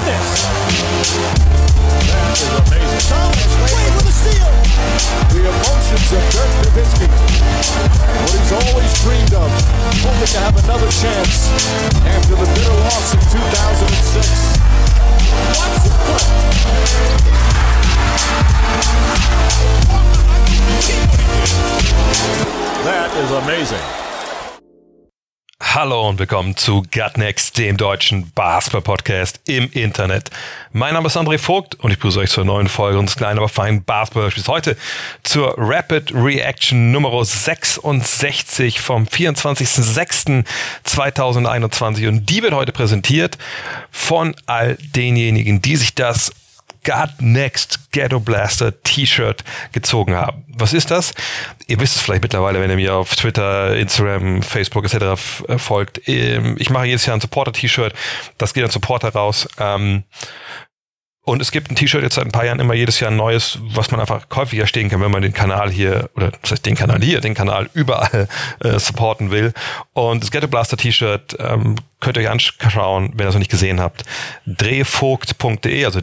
this? That is amazing. Thomas Wade with a steal. The emotions of Dirk Nowitzki. What he's always dreamed of. Hoping to have another chance after the bitter loss in 2006. Watch the play. That is amazing. Hallo und willkommen zu Gut Next, dem deutschen Basketball-Podcast im Internet. Mein Name ist André Vogt und ich begrüße euch zur neuen Folge unseres kleinen, aber feinen Basketball-Spiels. Heute zur Rapid Reaction Nummer 66 vom 24.06.2021 und die wird heute präsentiert von all denjenigen, die sich das Gut Next Ghetto Blaster T-Shirt gezogen haben. Was ist das? Ihr wisst es vielleicht mittlerweile, wenn ihr mir auf Twitter, Instagram, Facebook etc. folgt. Ich mache jedes Jahr ein Supporter-T-Shirt. Das geht an Supporter raus. Und es gibt ein T-Shirt jetzt seit ein paar Jahren immer jedes Jahr ein neues, was man einfach käuflich erstehen kann, wenn man den Kanal hier, oder das heißt den Kanal überall supporten will. Und das Ghetto Blaster T-Shirt könnt ihr euch anschauen, wenn ihr es noch nicht gesehen habt. drevogt.de, also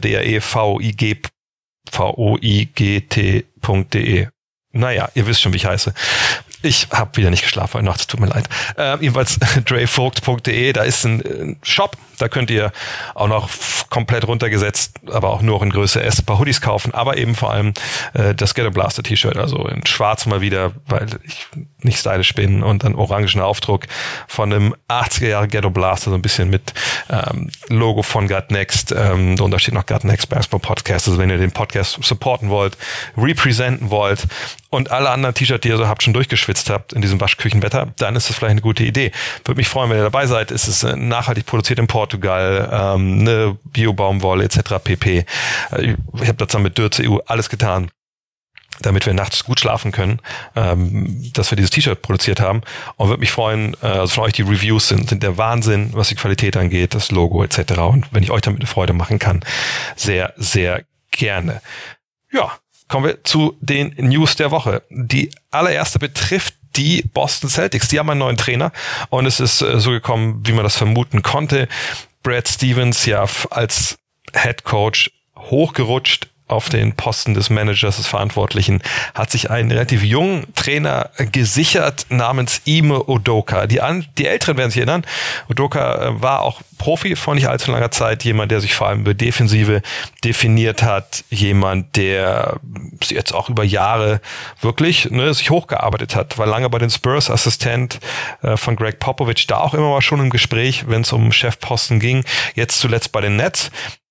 drevoigt.de. Naja, ihr wisst schon, wie ich heiße. Ich habe wieder nicht geschlafen heute Nacht, es tut mir leid. Jedenfalls drevogt.de, da ist ein Shop, da könnt ihr auch noch komplett runtergesetzt, aber auch nur in Größe S, ein paar Hoodies kaufen, aber eben vor allem das Ghetto Blaster T-Shirt, also in schwarz mal wieder, weil ich nicht stylisch bin, und dann orangen Aufdruck von einem 80er Jahre Ghetto Blaster, so ein bisschen mit Logo von Gut Next, darunter steht noch Gut Next Basketball Podcast, also wenn ihr den Podcast supporten wollt, representen wollt und alle anderen T-Shirts, die ihr so habt, schon durchgeschwitzt habt in diesem Waschküchenwetter, dann ist das vielleicht eine gute Idee. Würde mich freuen, wenn ihr dabei seid. Es ist nachhaltig produziert in Portugal, eine Bio-Baumwolle etc. pp. Ich habe da zusammen mit Dürze EU alles getan, damit wir nachts gut schlafen können, dass wir dieses T-Shirt produziert haben. Und würde mich freuen, also von euch die Reviews sind der Wahnsinn, was die Qualität angeht, das Logo etc. Und wenn ich euch damit eine Freude machen kann, sehr, sehr gerne. Ja, kommen wir zu den News der Woche. Die allererste betrifft die Boston Celtics. Die haben einen neuen Trainer und es ist so gekommen, wie man das vermuten konnte. Brad Stevens ja als Head Coach hochgerutscht auf den Posten des Managers, des Verantwortlichen, hat sich einen relativ jungen Trainer gesichert namens Ime Udoka. Die Älteren werden sich erinnern, Udoka war auch Profi vor nicht allzu langer Zeit, jemand, der sich vor allem über Defensive definiert hat, jemand, der jetzt auch über Jahre wirklich sich hochgearbeitet hat, war lange bei den Spurs Assistent von Greg Popovich, da auch immer mal schon im Gespräch, wenn es um Chefposten ging, jetzt zuletzt bei den Nets.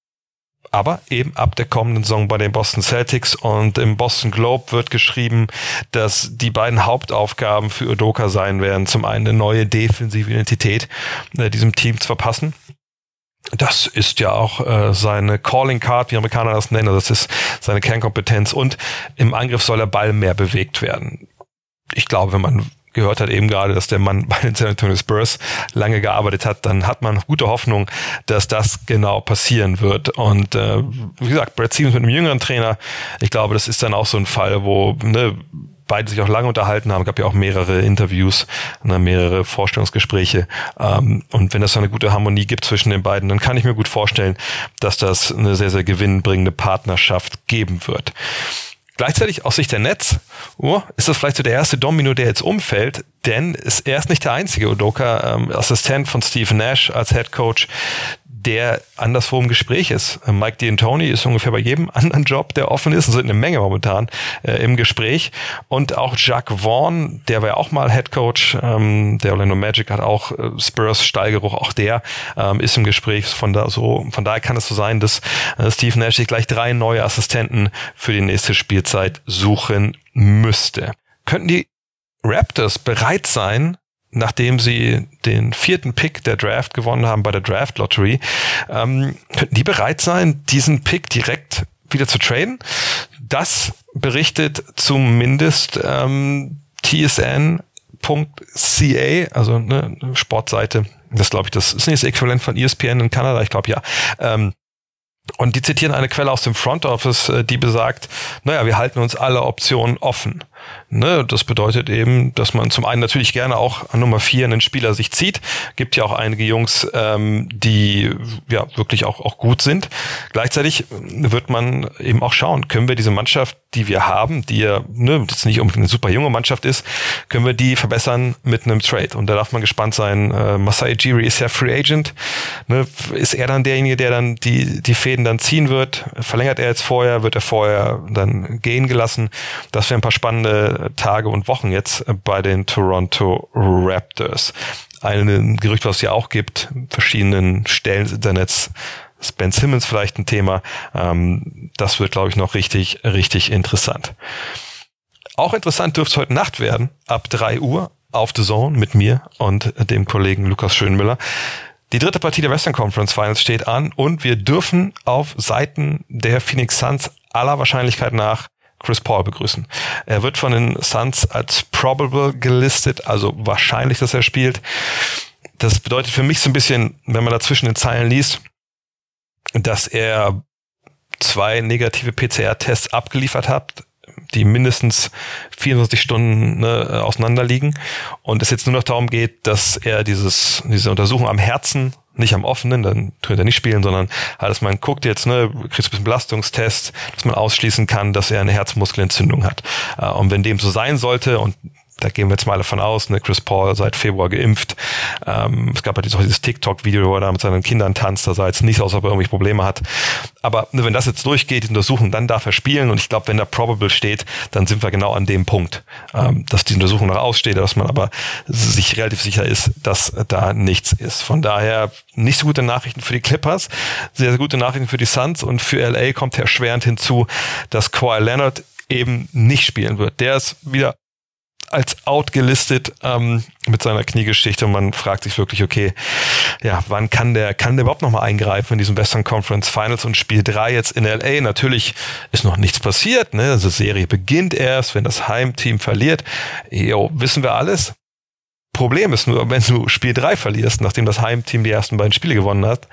Aber eben ab der kommenden Saison bei den Boston Celtics, und im Boston Globe wird geschrieben, dass die beiden Hauptaufgaben für Udoka sein werden, zum einen eine neue defensive Identität diesem Team zu verpassen. Das ist ja auch seine Calling Card, wie Amerikaner das nennen, also das ist seine Kernkompetenz, und im Angriff soll der Ball mehr bewegt werden. Ich glaube, wenn man gehört hat eben gerade, dass der Mann bei den San Antonio Spurs lange gearbeitet hat, dann hat man gute Hoffnung, dass das genau passieren wird. Und wie gesagt, Brad Stevens mit einem jüngeren Trainer, ich glaube, das ist dann auch so ein Fall, wo beide sich auch lange unterhalten haben. Es gab ja auch mehrere Interviews, mehrere Vorstellungsgespräche. Und wenn das so eine gute Harmonie gibt zwischen den beiden, dann kann ich mir gut vorstellen, dass das eine sehr, sehr gewinnbringende Partnerschaft geben wird. Gleichzeitig aus Sicht der Nets ist das vielleicht so der erste Domino, der jetzt umfällt, denn er ist nicht der einzige Udoka, Assistent von Steve Nash als Head Coach, der anderswo im Gespräch ist. Mike D'Antoni ist ungefähr bei jedem anderen Job, der offen ist, und sind eine Menge momentan im Gespräch. Und auch Jacques Vaughn, der war ja auch mal Head Coach, der Orlando Magic hat auch Spurs Stallgeruch, auch der ist im Gespräch. Von daher kann es so sein, dass Steve Nash sich gleich 3 neue Assistenten für die nächste Spielzeit suchen müsste. Könnten die Raptors bereit sein, nachdem sie den 4. Pick der Draft gewonnen haben bei der Draft Lottery, könnten die bereit sein, diesen Pick direkt wieder zu traden? Das berichtet zumindest TSN.ca, also eine Sportseite. Das glaube ich, das ist nicht das Äquivalent von ESPN in Kanada, ich glaube ja. Und die zitieren eine Quelle aus dem Front Office, die besagt, wir halten uns alle Optionen offen. Ne, das bedeutet eben, dass man zum einen natürlich gerne auch an Nummer 4 einen Spieler sich zieht. Gibt ja auch einige Jungs, die ja wirklich auch gut sind. Gleichzeitig wird man eben auch schauen, können wir diese Mannschaft, die wir haben, die ja jetzt nicht unbedingt eine super junge Mannschaft ist, können wir die verbessern mit einem Trade. Und da darf man gespannt sein. Masai Ujiri ist ja Free Agent. Ne, ist er dann derjenige, der dann die Fäden dann ziehen wird? Verlängert er jetzt vorher? Wird er vorher dann gehen gelassen? Das wären ein paar spannende Tage und Wochen jetzt bei den Toronto Raptors. Ein Gerücht, was es ja auch gibt, verschiedenen Stellen des Internets, ist Ben Simmons vielleicht ein Thema. Das wird, glaube ich, noch richtig, richtig interessant. Auch interessant dürfte es heute Nacht werden, ab 3 Uhr auf The Zone mit mir und dem Kollegen Lukas Schönmüller. Die dritte Partie der Western Conference Finals steht an und wir dürfen auf Seiten der Phoenix Suns aller Wahrscheinlichkeit nach Chris Paul begrüßen. Er wird von den Suns als probable gelistet, also wahrscheinlich, dass er spielt. Das bedeutet für mich so ein bisschen, wenn man da zwischen den Zeilen liest, dass er 2 negative PCR-Tests abgeliefert hat, die mindestens 24 Stunden auseinanderliegen und es jetzt nur noch darum geht, dass er diese Untersuchung am Herzen, nicht am offenen, dann tut er nicht spielen, sondern halt, dass man guckt jetzt, kriegt ein bisschen Belastungstest, dass man ausschließen kann, dass er eine Herzmuskelentzündung hat. Und wenn dem so sein sollte, und da gehen wir jetzt mal davon aus, Chris Paul seit Februar geimpft. Es gab halt auch dieses TikTok-Video, wo er da mit seinen Kindern tanzt. Da sah jetzt nicht aus, als ob er irgendwelche Probleme hat. Aber wenn das jetzt durchgeht, die Untersuchung, dann darf er spielen. Und ich glaube, wenn da probable steht, dann sind wir genau an dem Punkt, dass die Untersuchung noch aussteht, dass man aber sich relativ sicher ist, dass da nichts ist. Von daher nicht so gute Nachrichten für die Clippers, sehr, sehr gute Nachrichten für die Suns. Und für LA kommt erschwerend hinzu, dass Kawhi Leonard eben nicht spielen wird. Der ist wieder als out gelistet mit seiner Kniegeschichte und man fragt sich wirklich, okay, ja, wann kann der überhaupt nochmal eingreifen in diesem Western Conference Finals und Spiel 3 jetzt in LA? Natürlich ist noch nichts passiert, ne? Also Serie beginnt erst, wenn das Heimteam verliert. Wissen wir alles. Problem ist nur, wenn du Spiel 3 verlierst, nachdem das Heimteam die ersten beiden Spiele gewonnen hat,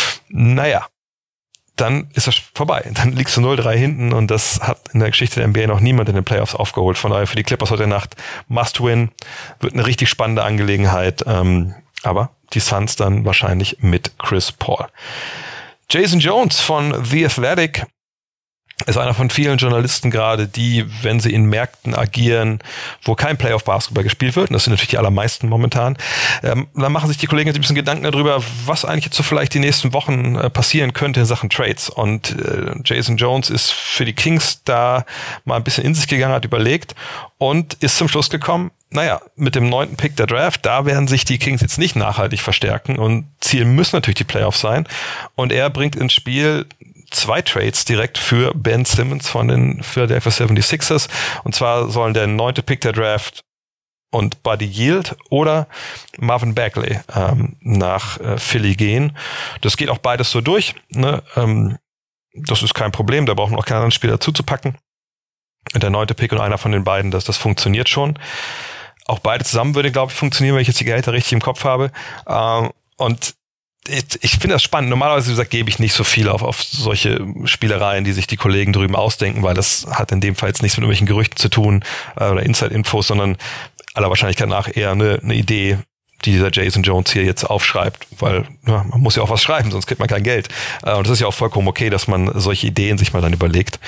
dann ist das vorbei. Dann liegst du 0-3 hinten und das hat in der Geschichte der NBA noch niemand in den Playoffs aufgeholt. Von daher für die Clippers heute Nacht must win. Wird eine richtig spannende Angelegenheit. Aber die Suns dann wahrscheinlich mit Chris Paul. Jason Jones von The Athletic ist einer von vielen Journalisten gerade, die, wenn sie in Märkten agieren, wo kein Playoff-Basketball gespielt wird, und das sind natürlich die allermeisten momentan, dann machen sich die Kollegen jetzt ein bisschen Gedanken darüber, was eigentlich jetzt so vielleicht die nächsten Wochen passieren könnte in Sachen Trades. Und Jason Jones ist für die Kings da mal ein bisschen in sich gegangen, hat überlegt und ist zum Schluss gekommen, mit dem 9. Pick der Draft, da werden sich die Kings jetzt nicht nachhaltig verstärken und Ziel müssen natürlich die Playoffs sein. Und er bringt ins Spiel 2 Trades direkt für Ben Simmons von den Philadelphia 76ers. Und zwar sollen der 9. Pick der Draft und Buddy Hield oder Marvin Bagley nach Philly gehen. Das geht auch beides so durch. Ne? Das ist kein Problem, da brauchen wir auch keinen anderen Spieler zuzupacken. Der 9. Pick und einer von den beiden, das funktioniert schon. Auch beide zusammen würde, glaube ich, funktionieren, wenn ich jetzt die Gehälter richtig im Kopf habe. Und ich finde das spannend. Normalerweise, wie gesagt, gebe ich nicht so viel auf solche Spielereien, die sich die Kollegen drüben ausdenken, weil das hat in dem Fall jetzt nichts mit irgendwelchen Gerüchten zu tun oder Inside-Infos, sondern aller Wahrscheinlichkeit nach eher eine Idee, die dieser Jason Jones hier jetzt aufschreibt, weil man muss ja auch was schreiben, sonst kriegt man kein Geld. Und das ist ja auch vollkommen okay, dass man solche Ideen sich mal dann überlegt.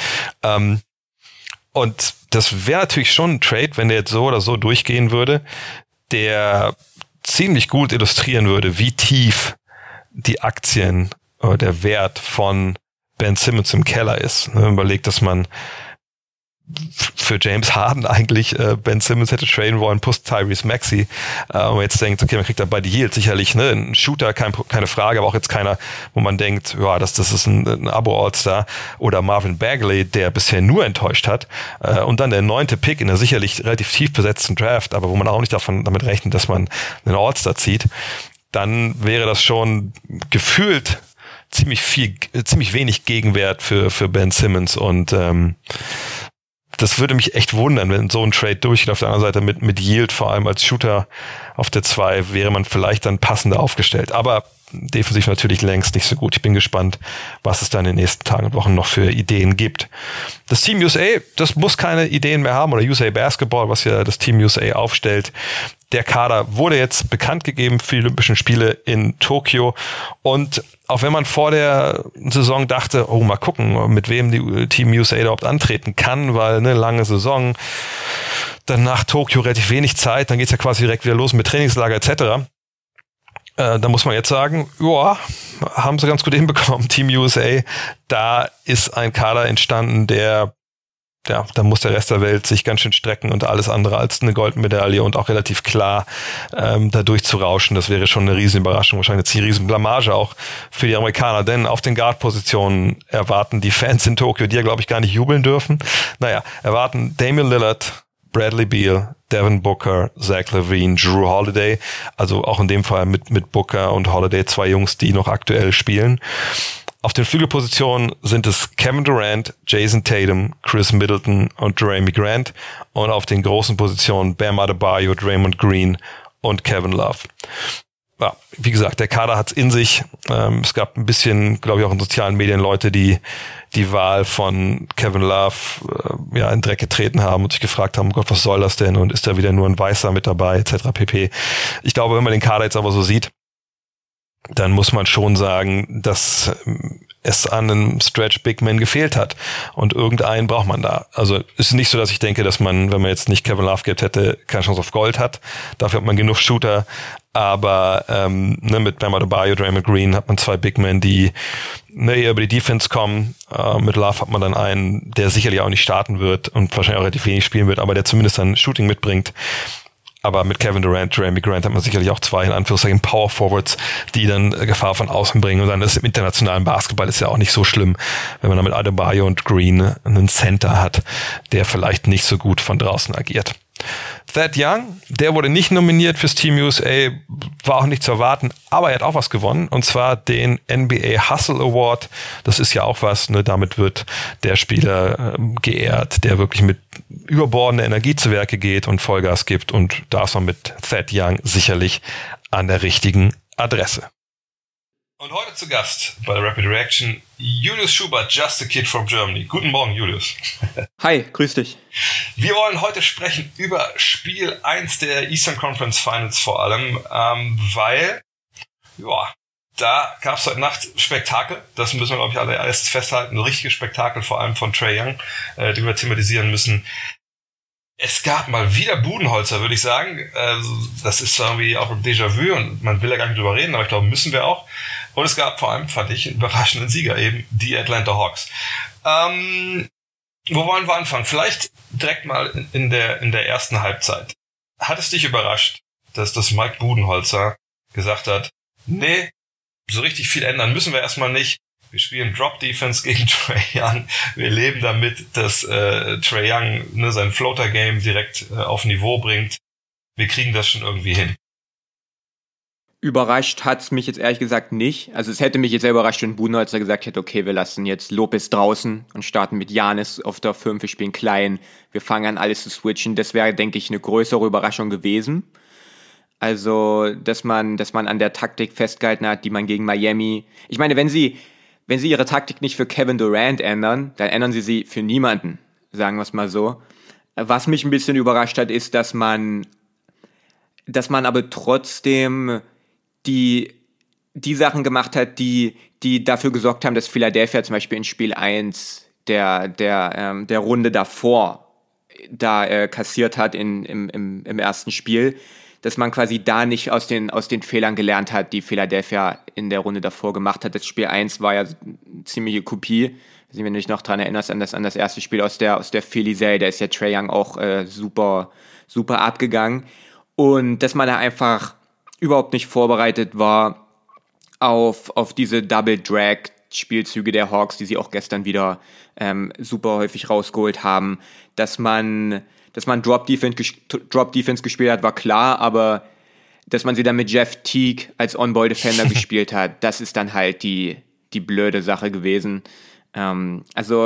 Und das wäre natürlich schon ein Trade, wenn der jetzt so oder so durchgehen würde, der ziemlich gut illustrieren würde, wie tief die Aktien oder der Wert von Ben Simmons im Keller ist. Überlegt, dass man für James Harden eigentlich Ben Simmons hätte traden wollen, plus Tyrese Maxey. Und jetzt denkt, okay, man kriegt da bei die Hield sicherlich ein Shooter, keine Frage, aber auch jetzt keiner, wo man denkt, ja, das ist ein Abo-All-Star. Oder Marvin Bagley, der bisher nur enttäuscht hat. Und dann der 9. Pick in der sicherlich relativ tief besetzten Draft, aber wo man auch nicht damit rechnet, dass man einen All-Star zieht. Dann wäre das schon gefühlt ziemlich wenig Gegenwert für Ben Simmons und das würde mich echt wundern, wenn so ein Trade durchgeht. Auf der anderen Seite mit Hield vor allem als Shooter auf der 2 wäre man vielleicht dann passender aufgestellt. Aber defensiv natürlich längst nicht so gut. Ich bin gespannt, was es da in den nächsten Tagen und Wochen noch für Ideen gibt. Das Team USA, das muss keine Ideen mehr haben, oder USA Basketball, was ja das Team USA aufstellt. Der Kader wurde jetzt bekannt gegeben für die Olympischen Spiele in Tokio. Und auch wenn man vor der Saison dachte, oh, mal gucken, mit wem die Team USA überhaupt antreten kann, weil eine lange Saison, dann nach Tokio relativ wenig Zeit, dann geht's ja quasi direkt wieder los mit Trainingslager etc. Da muss man jetzt sagen, ja, haben sie ganz gut hinbekommen, Team USA. Da ist ein Kader entstanden, da muss der Rest der Welt sich ganz schön strecken und alles andere als eine Goldmedaille und auch relativ klar da durchzurauschen. Das wäre schon eine riesen Überraschung, wahrscheinlich eine riesen Blamage auch für die Amerikaner, denn auf den Guard-Positionen erwarten die Fans in Tokio, die ja glaube ich gar nicht jubeln dürfen, erwarten Damian Lillard, Bradley Beal, Devin Booker, Zach LaVine, Jrue Holiday, also auch in dem Fall mit Booker und Holiday 2 Jungs, die noch aktuell spielen. Auf den Flügelpositionen sind es Kevin Durant, Jason Tatum, Chris Middleton und Jeremy Grant, und auf den großen Positionen Bam Adebayo, Draymond Green und Kevin Love. Ja, wie gesagt, der Kader hat's in sich. Es gab ein bisschen, glaube ich, auch in sozialen Medien Leute, die Wahl von Kevin Love in den Dreck getreten haben und sich gefragt haben, Gott, was soll das denn? Und ist da wieder nur ein Weißer mit dabei, etc. pp. Ich glaube, wenn man den Kader jetzt aber so sieht, dann muss man schon sagen, dass es an einem Stretch Big Man gefehlt hat. Und irgendeinen braucht man da. Also es ist nicht so, dass ich denke, dass man, wenn man jetzt nicht Kevin Love gehabt hätte, keine Chance auf Gold hat. Dafür hat man genug Shooter. Aber mit Bam Adebayo, Draymond Green hat man 2 Big Men, die eher über die Defense kommen. Mit Love hat man dann einen, der sicherlich auch nicht starten wird und wahrscheinlich auch relativ wenig spielen wird, aber der zumindest dann Shooting mitbringt. Aber mit Kevin Durant, Jeremy Grant hat man sicherlich auch 2 in Anführungszeichen Power Forwards, die dann Gefahr von außen bringen. Und dann ist im internationalen Basketball ist ja auch nicht so schlimm, wenn man dann mit Adebayo und Green einen Center hat, der vielleicht nicht so gut von draußen agiert. Thad Young, der wurde nicht nominiert fürs Team USA, war auch nicht zu erwarten, aber er hat auch was gewonnen, und zwar den NBA Hustle Award. Das ist ja auch was, ne? Damit wird der Spieler geehrt, der wirklich mit überbordender Energie zu Werke geht und Vollgas gibt, und da ist man mit Thad Young sicherlich an der richtigen Adresse. Und heute zu Gast bei der Rapid Reaction Julius Schubert, Just a Kid from Germany. Guten Morgen, Julius. Hi, grüß dich. Wir wollen heute sprechen über Spiel 1 der Eastern Conference Finals vor allem, weil da gab es heute Nacht Spektakel. Das müssen wir, glaube ich, alle erst festhalten. Ein richtiges Spektakel, vor allem von Trae Young, den wir thematisieren müssen. Es gab mal wieder Budenholzer, würde ich sagen. Das ist irgendwie auch ein Déjà-vu und man will ja gar nicht drüber reden, aber ich glaube, müssen wir auch. Und es gab vor allem, fand ich, einen überraschenden Sieger, eben die Atlanta Hawks. Wo wollen wir anfangen? Vielleicht direkt mal in der ersten Halbzeit. Hat es dich überrascht, dass das Mike Budenholzer gesagt hat, nee, so richtig viel ändern müssen wir erstmal nicht. Wir spielen Drop-Defense gegen Trae Young. Wir leben damit, dass Trae Young sein Floater-Game direkt auf Niveau bringt. Wir kriegen das schon irgendwie hin. Überrascht hat's mich jetzt ehrlich gesagt nicht. Also es hätte mich jetzt sehr überrascht, wenn Budenholzer gesagt hätte, okay, wir lassen jetzt Lopez draußen und starten mit Giannis auf der 5, wir spielen klein, wir fangen an alles zu switchen. Das wäre, denke ich, eine größere Überraschung gewesen. Also, dass man an der Taktik festgehalten hat, die man gegen Miami... Ich meine, wenn sie ihre Taktik nicht für Kevin Durant ändern, dann ändern sie für niemanden, sagen wir es mal so. Was mich ein bisschen überrascht hat, ist, dass man aber trotzdem die Sachen gemacht hat, die dafür gesorgt haben, dass Philadelphia zum Beispiel in Spiel 1 der Runde davor da kassiert hat im ersten Spiel, dass man quasi da nicht aus den Fehlern gelernt hat, die Philadelphia in der Runde davor gemacht hat. Das Spiel 1 war ja eine ziemliche Kopie. Wenn du dich noch daran erinnerst, an das erste Spiel aus der Philly-Serie, da ist ja Trae Young auch super, super abgegangen. Und dass man da einfach überhaupt nicht vorbereitet war auf diese Double-Drag-Spielzüge der Hawks, die sie auch gestern wieder super häufig rausgeholt haben. Dass man Drop-Defense gespielt hat, war klar, aber dass man sie dann mit Jeff Teague als On-Ball-Defender gespielt hat, das ist dann halt die blöde Sache gewesen. Also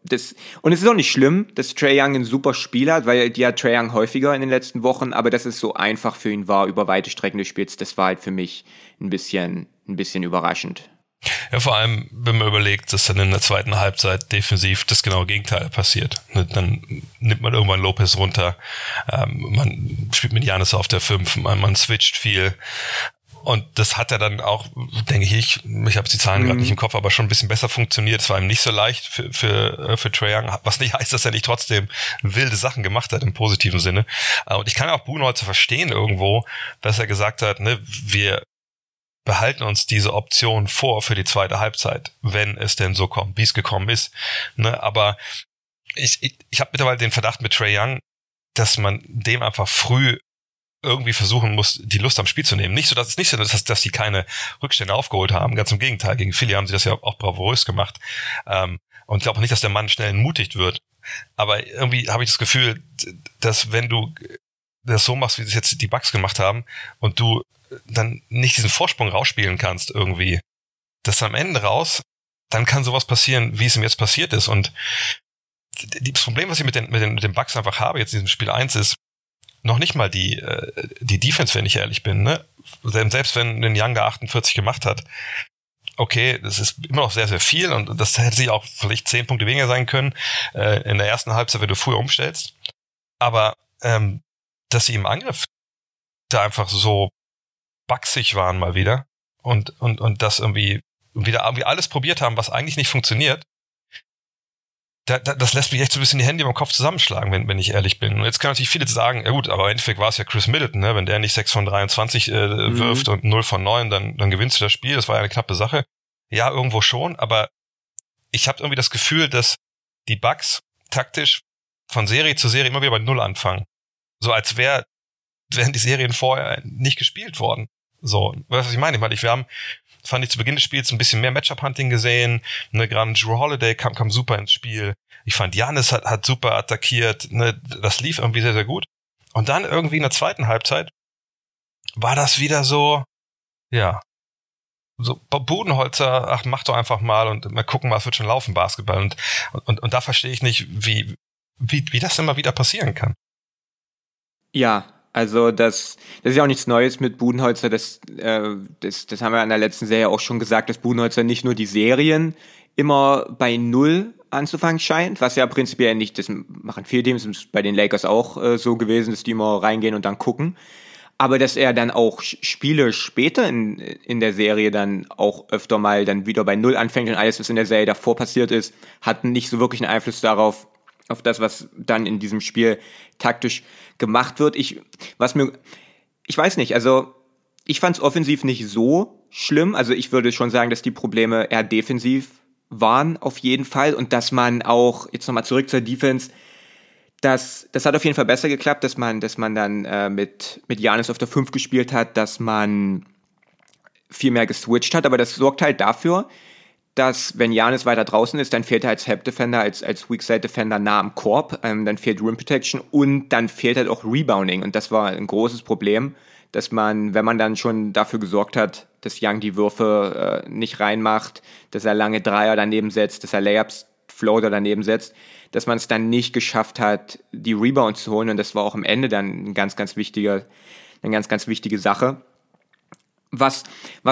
und es ist auch nicht schlimm, dass Trae Young ein super Spiel hat, weil die hat Trae Young häufiger in den letzten Wochen, aber dass es so einfach für ihn war, über weite Strecken des Spiels, das war halt für mich ein bisschen überraschend. Ja, vor allem, wenn man überlegt, dass dann in der zweiten Halbzeit defensiv das genaue Gegenteil passiert. Dann nimmt man irgendwann Lopez runter, man spielt mit Giannis auf der 5, man switcht viel. Und das hat ja dann auch, denke ich habe die Zahlen gerade nicht im Kopf, aber schon ein bisschen besser funktioniert. Es war ihm nicht so leicht für Trae Young, was nicht heißt, dass er nicht trotzdem wilde Sachen gemacht hat im positiven Sinne. Und ich kann auch Budenholzer verstehen irgendwo, dass er gesagt hat, ne, wir behalten uns diese Option vor für die zweite Halbzeit, wenn es denn so kommt, wie es gekommen ist. Ne, aber ich habe mittlerweile den Verdacht mit Trae Young, dass man dem einfach früh irgendwie versuchen muss, die Lust am Spiel zu nehmen. Nicht so, dass sie keine Rückstände aufgeholt haben. Ganz im Gegenteil. Gegen Philly haben sie das ja auch bravourös gemacht. Und ich glaube auch nicht, dass der Mann schnell entmutigt wird. Aber irgendwie habe ich das Gefühl, dass wenn du das so machst, wie es jetzt die Bucks gemacht haben, und du dann nicht diesen Vorsprung rausspielen kannst irgendwie, dass am Ende raus, dann kann sowas passieren, wie es ihm jetzt passiert ist. Und das Problem, was ich mit den Bucks einfach habe jetzt in diesem Spiel 1 ist, noch nicht mal die Defense, wenn ich ehrlich bin, ne? Selbst wenn den Young 48 gemacht hat, okay, das ist immer noch sehr, sehr viel und das hätte sich auch vielleicht 10 Punkte weniger sein können in der ersten Halbzeit, wenn du früher umstellst. Aber dass sie im Angriff da einfach so backsig waren mal wieder und das irgendwie alles probiert haben, was eigentlich nicht funktioniert, das lässt mich echt so ein bisschen die Hände über den Kopf zusammenschlagen, wenn ich ehrlich bin. Und jetzt können natürlich viele sagen, ja gut, aber im Endeffekt war es ja Chris Middleton, ne? Wenn der nicht 6 von 23 wirft und 0 von 9, dann gewinnst du das Spiel. Das war ja eine knappe Sache. Ja, irgendwo schon, aber ich habe irgendwie das Gefühl, dass die Bucks taktisch von Serie zu Serie immer wieder bei 0 anfangen. So als wären die Serien vorher nicht gespielt worden. So, weißt du, was ich meine? Fand ich zu Beginn des Spiels ein bisschen mehr Matchup-Hunting gesehen. Ne, gerade Jrue Holiday kam super ins Spiel. Ich fand, Giannis hat super attackiert. Ne, das lief irgendwie sehr, sehr gut. Und dann irgendwie in der zweiten Halbzeit war das wieder so, ja, so Budenholzer, ach, mach doch einfach mal und mal gucken, was wird schon laufen, Basketball. Und da verstehe ich nicht, wie das immer wieder passieren kann. Ja, also das ist ja auch nichts Neues mit Budenholzer, das haben wir in der letzten Serie auch schon gesagt, dass Budenholzer nicht nur die Serien immer bei 0 anzufangen scheint, was ja prinzipiell nicht, das machen viele Teams, ist bei den Lakers auch so gewesen, dass die immer reingehen und dann gucken, aber dass er dann auch Spiele später in der Serie dann auch öfter mal dann wieder bei 0 anfängt und alles, was in der Serie davor passiert ist, hat nicht so wirklich einen Einfluss darauf, auf das, was dann in diesem Spiel taktisch gemacht wird. Ich weiß nicht, also ich fand es offensiv nicht so schlimm, also ich würde schon sagen, dass die Probleme eher defensiv waren, auf jeden Fall, und dass man auch, jetzt nochmal zurück zur Defense, das hat auf jeden Fall besser geklappt, dass man dann mit Giannis auf der 5 gespielt hat, dass man viel mehr geswitcht hat, aber das sorgt halt dafür, dass, wenn Giannis weiter draußen ist, dann fehlt er als Help-Defender, als Weak-Side-Defender nah am Korb, dann fehlt Rim Protection und dann fehlt halt auch Rebounding. Und das war ein großes Problem, dass man, wenn man dann schon dafür gesorgt hat, dass Young die Würfe nicht reinmacht, dass er lange Dreier daneben setzt, dass er Layups, Floater daneben setzt, dass man es dann nicht geschafft hat, die Rebounds zu holen. Und das war auch am Ende dann eine ganz, ganz wichtige Sache. Was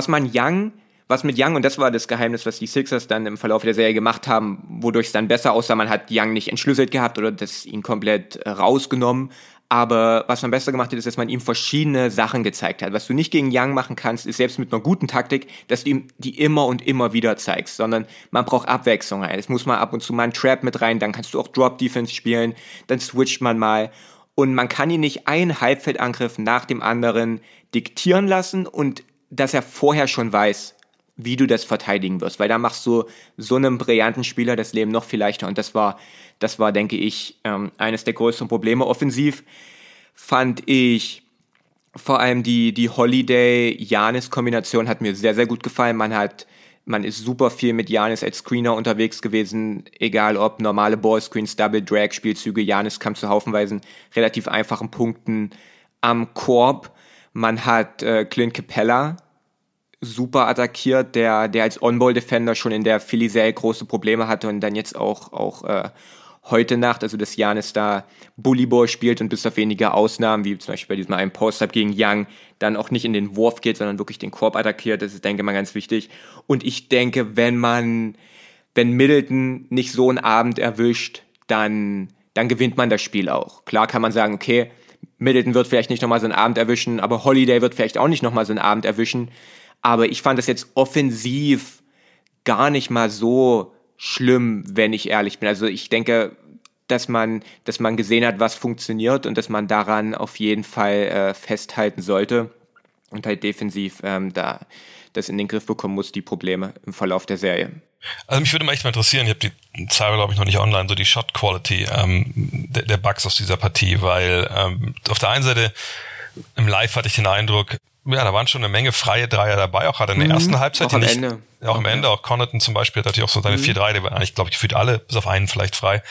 mit Young, und das war das Geheimnis, was die Sixers dann im Verlauf der Serie gemacht haben, wodurch es dann besser aussah, man hat Young nicht entschlüsselt gehabt oder das ihn komplett rausgenommen, aber was man besser gemacht hat, ist, dass man ihm verschiedene Sachen gezeigt hat. Was du nicht gegen Young machen kannst, ist selbst mit einer guten Taktik, dass du ihm die immer und immer wieder zeigst, sondern man braucht Abwechslung. Es muss mal ab und zu mal ein Trap mit rein, dann kannst du auch Drop-Defense spielen, dann switcht man mal und man kann ihn nicht einen Halbfeldangriff nach dem anderen diktieren lassen und dass er vorher schon weiß, wie du das verteidigen wirst, weil da machst du so einem brillanten Spieler das Leben noch viel leichter und das war, denke ich, eines der größten Probleme. Offensiv fand ich vor allem die Holiday-Giannis-Kombination hat mir sehr, sehr gut gefallen. Man ist super viel mit Giannis als Screener unterwegs gewesen, egal ob normale Ballscreens, Double-Drag-Spielzüge. Giannis kam zu haufenweise relativ einfachen Punkten am Korb. Man hat Clint Capella super attackiert, der als On-Ball-Defender schon in der Philly-Serie große Probleme hatte und dann jetzt auch heute Nacht, also dass Giannis da Bullyball spielt und bis auf wenige Ausnahmen, wie zum Beispiel bei diesem einen Post-Up gegen Young, dann auch nicht in den Wurf geht, sondern wirklich den Korb attackiert. Das ist, denke ich mal, ganz wichtig. Und ich denke, wenn Middleton nicht so einen Abend erwischt, dann gewinnt man das Spiel auch. Klar kann man sagen, okay, Middleton wird vielleicht nicht nochmal so einen Abend erwischen, aber Holiday wird vielleicht auch nicht nochmal so einen Abend erwischen. Aber ich fand das jetzt offensiv gar nicht mal so schlimm, wenn ich ehrlich bin. Also ich denke, dass man gesehen hat, was funktioniert und dass man daran auf jeden Fall festhalten sollte und halt defensiv da das in den Griff bekommen muss, die Probleme im Verlauf der Serie. Also mich würde mal echt mal interessieren, ich habe die Zahl, glaube ich, noch nicht online, so die Shot Quality der Bucks aus dieser Partie, weil auf der einen Seite im Live hatte ich den Eindruck, ja, da waren schon eine Menge freie Dreier dabei, auch gerade in der ersten Halbzeit. Auch am Ende. Auch am Ende, auch Connaughton zum Beispiel hat natürlich auch so seine 4-3, die waren eigentlich, glaube ich, gefühlt alle, bis auf einen vielleicht frei.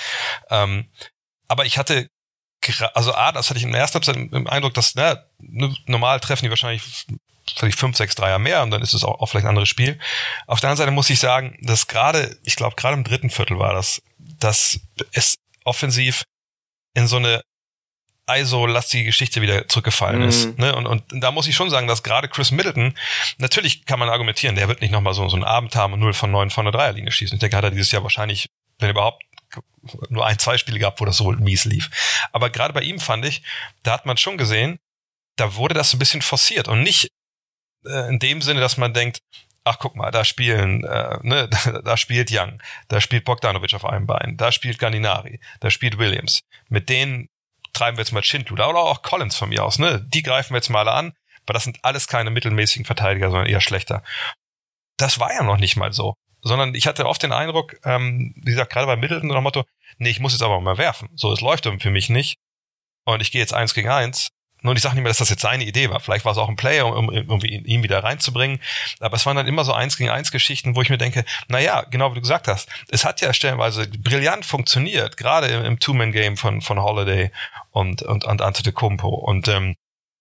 Aber ich hatte, das hatte ich in der ersten Halbzeit im Eindruck, dass, normal treffen die wahrscheinlich vielleicht 5, 6 Dreier mehr und dann ist es auch vielleicht ein anderes Spiel. Auf der anderen Seite muss ich sagen, dass gerade im dritten Viertel war das, dass es offensiv in so eine ISO-lastige Geschichte wieder zurückgefallen ist. Ne? Und da muss ich schon sagen, dass gerade Chris Middleton, natürlich kann man argumentieren, der wird nicht nochmal so einen Abend haben und 0 von 9 von der Dreierlinie schießen. Ich denke, hat er dieses Jahr wahrscheinlich, wenn überhaupt, nur 1-2 Spiele gehabt, wo das so mies lief. Aber gerade bei ihm fand ich, da hat man schon gesehen, da wurde das ein bisschen forciert und nicht in dem Sinne, dass man denkt, ach guck mal, da spielen, da spielt Young, da spielt Bogdanovic auf einem Bein, da spielt Gallinari, da spielt Williams. Mit denen treiben wir jetzt mal Schindluder oder auch Collins von mir aus, ne? Die greifen wir jetzt mal alle an, aber das sind alles keine mittelmäßigen Verteidiger, sondern eher schlechter. Das war ja noch nicht mal so, sondern ich hatte oft den Eindruck, wie gesagt, gerade bei Middleton nach dem Motto, nee, ich muss jetzt aber mal werfen. So, es läuft für mich nicht und ich gehe jetzt 1 gegen 1. Und ich sage nicht mehr, dass das jetzt seine Idee war. Vielleicht war es auch ein Player, um irgendwie ihn wieder reinzubringen. Aber es waren dann immer so 1 gegen 1 Geschichten, wo ich mir denke, naja, genau wie du gesagt hast, es hat ja stellenweise brillant funktioniert, gerade im Two-Man-Game von Holiday und Antetokounmpo. Und wenn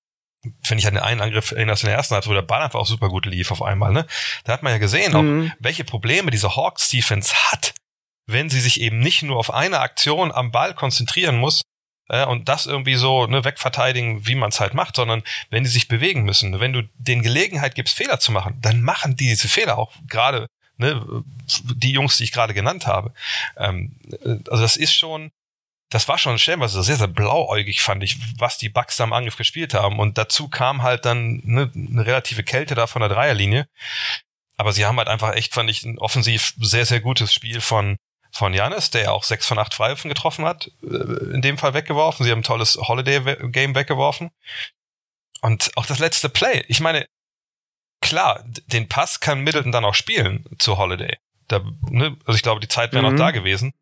ich an den einen Angriff erinnerst in der ersten Halbzeit, wo der Ball einfach auch super gut lief auf einmal, ne? Da hat man ja gesehen, auch welche Probleme diese Hawks-Defense hat, wenn sie sich eben nicht nur auf eine Aktion am Ball konzentrieren muss, und das irgendwie so wegverteidigen, wie man es halt macht, sondern wenn die sich bewegen müssen, wenn du denen Gelegenheit gibst, Fehler zu machen, dann machen die diese Fehler auch gerade, die Jungs, die ich gerade genannt habe. Also das war schon stellenweise sehr, sehr blauäugig, fand ich, was die Bucks da im Angriff gespielt haben. Und dazu kam halt dann eine relative Kälte da von der Dreierlinie. Aber sie haben halt einfach echt, fand ich, ein offensiv sehr, sehr gutes Spiel von Giannis, der ja auch 6 von 8 Freiwürfen getroffen hat, in dem Fall weggeworfen. Sie haben ein tolles Holiday-Game weggeworfen. Und auch das letzte Play. Ich meine, klar, den Pass kann Middleton dann auch spielen zu Holiday. Also ich glaube, die Zeit wäre noch da gewesen.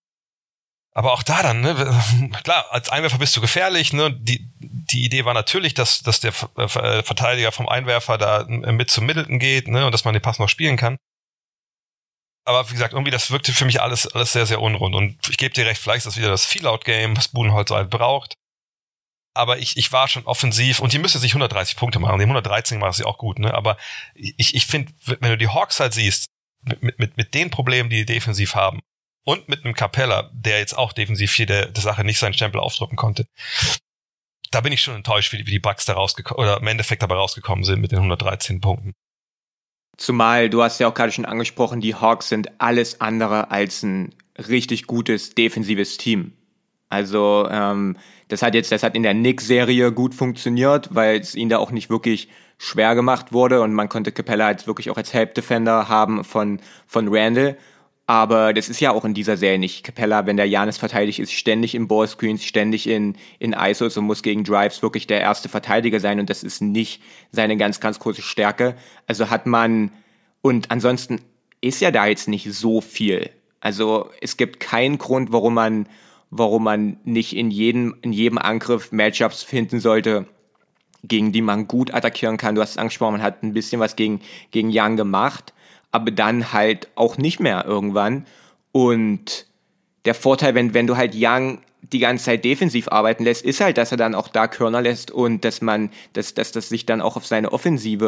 Aber auch da dann, klar, als Einwerfer bist du gefährlich. Die Idee war natürlich, dass der Verteidiger vom Einwerfer da mit zum Middleton geht, und dass man den Pass noch spielen kann. Aber wie gesagt, irgendwie das wirkte für mich alles sehr, sehr unrund. Und ich gebe dir recht, vielleicht ist das wieder das Feel-Out-Game, was Budenholzer halt braucht. Aber ich war schon offensiv und die müssen sich 130 Punkte machen. Die 113 machen sie auch gut, ne? Aber ich finde, wenn du die Hawks halt siehst, mit den Problemen, die defensiv haben und mit einem Capella, der jetzt auch defensiv hier der Sache nicht seinen Stempel aufdrücken konnte, da bin ich schon enttäuscht, wie die Bucks da rausgekommen oder im Endeffekt dabei rausgekommen sind mit den 113 Punkten. Zumal, du hast ja auch gerade schon angesprochen, die Hawks sind alles andere als ein richtig gutes defensives Team. Also das hat in der Knicks-Serie gut funktioniert, weil es ihnen da auch nicht wirklich schwer gemacht wurde und man konnte Capella jetzt wirklich auch als Help-Defender haben von Randle. Aber das ist ja auch in dieser Serie nicht. Capella, wenn der Giannis verteidigt ist, ständig in Ballscreens, ständig in ISOs und muss gegen Drives wirklich der erste Verteidiger sein und das ist nicht seine ganz, ganz große Stärke. Also und ansonsten ist ja da jetzt nicht so viel. Also es gibt keinen Grund, warum man nicht in jedem Angriff Matchups finden sollte, gegen die man gut attackieren kann. Du hast es angesprochen, man hat ein bisschen was gegen Young gemacht, aber dann halt auch nicht mehr irgendwann. Und der Vorteil, wenn du halt Young die ganze Zeit defensiv arbeiten lässt, ist halt, dass er dann auch da Körner lässt und dass das sich dann auch auf seine Offensive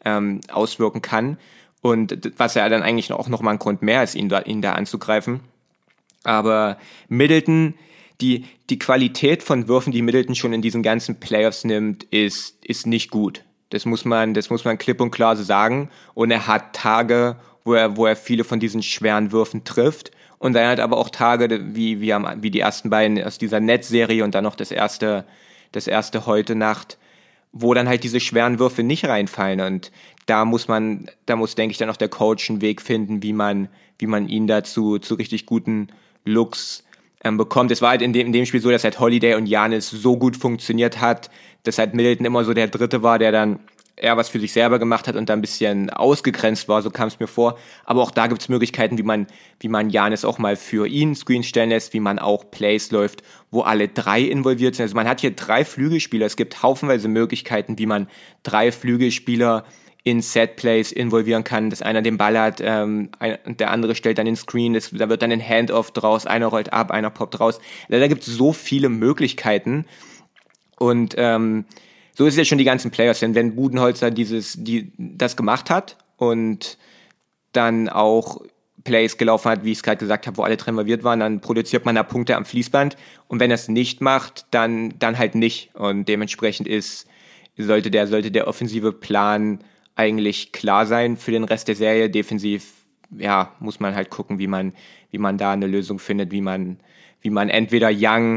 auswirken kann. Und was ja dann eigentlich auch nochmal ein Grund mehr ist, ihn da anzugreifen. Aber Middleton, die Qualität von Würfen, die Middleton schon in diesen ganzen Playoffs nimmt, ist nicht gut. Das muss man klipp und klar so sagen. Und er hat Tage, wo er viele von diesen schweren Würfen trifft. Und dann hat aber auch Tage, wie die ersten beiden aus dieser Netzserie und dann noch das erste heute Nacht, wo dann halt diese schweren Würfe nicht reinfallen. Und da muss, denke ich, dann auch der Coach einen Weg finden, wie man ihn dazu zu richtig guten Looks bekommt. Es war halt in dem Spiel so, dass halt Holiday und Giannis so gut funktioniert hat, dass halt Middleton immer so der Dritte war, der dann eher was für sich selber gemacht hat und da ein bisschen ausgegrenzt war, so kam es mir vor. Aber auch da gibt es Möglichkeiten, wie man Giannis auch mal für ihn Screen stellen lässt, wie man auch Plays läuft, wo alle drei involviert sind. Also man hat hier 3 Flügelspieler. Es gibt haufenweise Möglichkeiten, wie man 3 Flügelspieler in Setplays involvieren kann, dass einer den Ball hat und der andere stellt dann den Screen, da wird dann ein Handoff draus, einer rollt ab, einer poppt raus. Da gibt es so viele Möglichkeiten und so ist es ja schon die ganzen Playoffs, denn wenn Budenholzer das gemacht hat und dann auch Plays gelaufen hat, wie ich es gerade gesagt habe, wo alle drin involviert waren, dann produziert man da Punkte am Fließband und wenn er es nicht macht, dann halt nicht und dementsprechend sollte der offensive Plan eigentlich klar sein für den Rest der Serie. Defensiv, ja, muss man halt gucken, wie man da eine Lösung findet, wie man entweder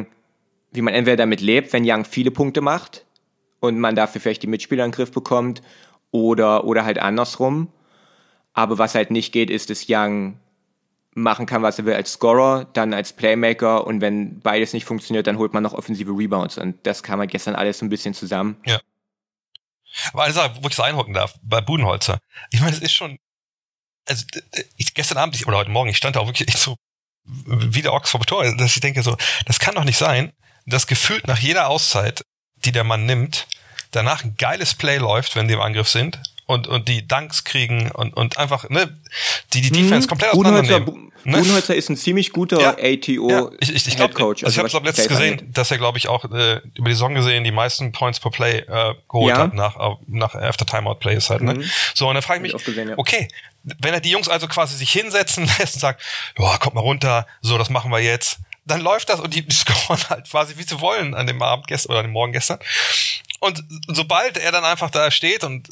damit lebt, wenn Young viele Punkte macht und man dafür vielleicht die Mitspieler in den Griff bekommt oder halt andersrum. Aber was halt nicht geht, ist, dass Young machen kann, was er will als Scorer, dann als Playmaker und wenn beides nicht funktioniert, dann holt man noch offensive Rebounds und das kam halt gestern alles so ein bisschen zusammen. Ja. Aber eine Sache, wo ich es einhocken darf, bei Budenholzer. Ich meine, es ist schon, also gestern Abend oder heute Morgen, ich stand da auch wirklich echt so wie der Ochs vor Tor, dass ich denke so, das kann doch nicht sein, dass gefühlt nach jeder Auszeit, die der Mann nimmt, danach ein geiles Play läuft, wenn die im Angriff sind und die Dunks kriegen und einfach, ne, die Defense komplett auseinandernehmen. Budenholzer ist ein ziemlich guter ATO-Headcoach. Also ich habe letztens gesehen, dass er, glaube ich, auch über die Saison gesehen die meisten Points per Play geholt hat nach After-Timeout-Plays halt. Ne? So, und dann frage ich mich, okay, wenn er die Jungs also quasi sich hinsetzen lässt und sagt, ja, kommt mal runter, so, das machen wir jetzt, dann läuft das und die scoren halt quasi, wie sie wollen an dem Abend gestern oder an dem Morgen gestern. Und sobald er dann einfach da steht und